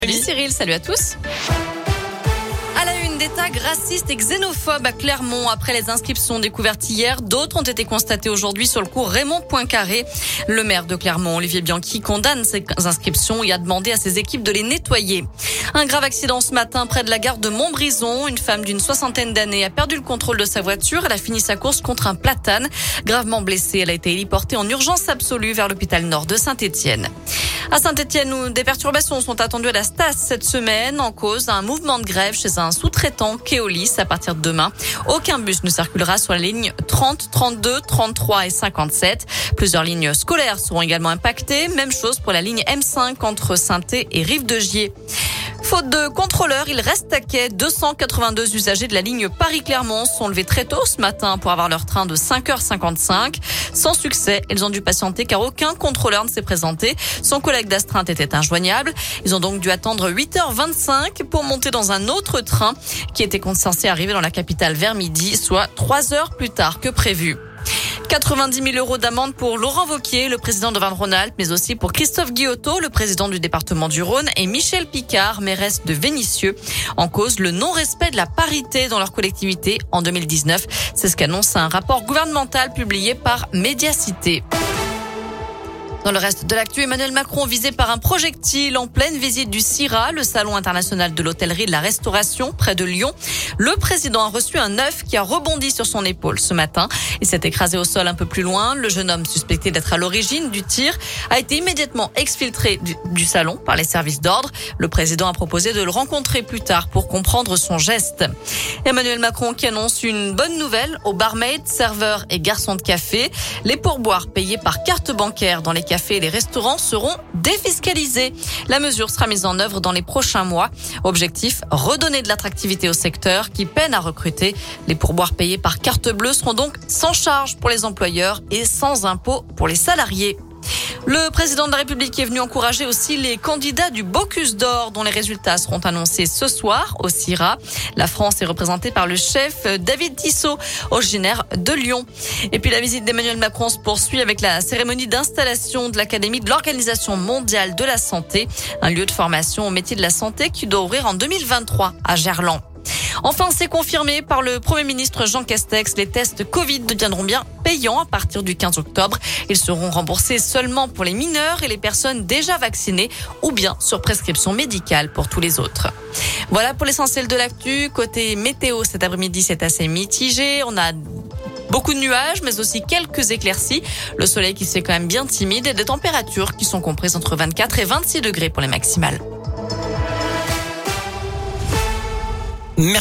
Salut Cyril, salut à tous. À la une, des tags racistes et xénophobes à Clermont. Après les inscriptions découvertes hier, d'autres ont été constatées aujourd'hui sur le cours Raymond Poincaré. Le maire de Clermont, Olivier Bianchi, condamne ces inscriptions et a demandé à ses équipes de les nettoyer. Un grave accident ce matin près de la gare de Montbrison. Une femme d'une 60aine d'années a perdu le contrôle de sa voiture. Elle a fini sa course contre un platane. Gravement blessée, elle a été héliportée en urgence absolue vers l'hôpital nord de Saint-Étienne. À Saint-Étienne, où des perturbations sont attendues à la Stas cette semaine, en cause un mouvement de grève chez un sous-traitant Keolis à partir de demain. Aucun bus ne circulera sur la ligne 30, 32, 33 et 57. Plusieurs lignes scolaires seront également impactées. Même chose pour la ligne M5 entre Saint-Étienne et Rive-de-Gier. Faute de contrôleurs, il reste à quai. 282 usagers de la ligne Paris-Clermont sont levés très tôt ce matin pour avoir leur train de 5h55. Sans succès, ils ont dû patienter car aucun contrôleur ne s'est présenté. Son collègue d'astreinte était injoignable. Ils ont donc dû attendre 8h25 pour monter dans un autre train qui était censé arriver dans la capitale vers midi, soit 3 heures plus tard que prévu. 90 000 euros d'amende pour Laurent Wauquiez, le président de Auvergne-Rhône-Alpes, mais aussi pour Christophe Guillotot, le président du département du Rhône, et Michel Picard, mairesse de Vénissieux. En cause, le non-respect de la parité dans leur collectivité en 2019. C'est ce qu'annonce un rapport gouvernemental publié par Médiacité. Dans le reste de l'actu, Emmanuel Macron visé par un projectile en pleine visite du CIRA, le salon international de l'hôtellerie et de la restauration près de Lyon. Le président a reçu un œuf qui a rebondi sur son épaule ce matin. Il s'est écrasé au sol un peu plus loin. Le jeune homme suspecté d'être à l'origine du tir a été immédiatement exfiltré du salon par les services d'ordre. Le président a proposé de le rencontrer plus tard pour comprendre son geste. Emmanuel Macron qui annonce une bonne nouvelle aux barmaids, serveurs et garçons de café. Les pourboires payés par carte bancaire dans les cafés et les restaurants seront défiscalisés. La mesure sera mise en œuvre dans les prochains mois. Objectif, redonner de l'attractivité au secteur qui peine à recruter. Les pourboires payés par carte bleue seront donc sans charge pour les employeurs et sans impôt pour les salariés. Le président de la République est venu encourager aussi les candidats du Bocuse d'Or dont les résultats seront annoncés ce soir au CIRA. La France est représentée par le chef David Tissot, originaire de Lyon. Et puis la visite d'Emmanuel Macron se poursuit avec la cérémonie d'installation de l'Académie de l'Organisation mondiale de la santé, un lieu de formation au métier de la santé qui doit ouvrir en 2023 à Gerland. Enfin, c'est confirmé par le Premier ministre Jean Castex. Les tests Covid deviendront bien payants à partir du 15 octobre. Ils seront remboursés seulement pour les mineurs et les personnes déjà vaccinées ou bien sur prescription médicale pour tous les autres. Voilà pour l'essentiel de l'actu. Côté météo, cet après-midi, c'est assez mitigé. On a beaucoup de nuages, mais aussi quelques éclaircies. Le soleil qui se fait quand même bien timide et des températures qui sont comprises entre 24 et 26 degrés pour les maximales.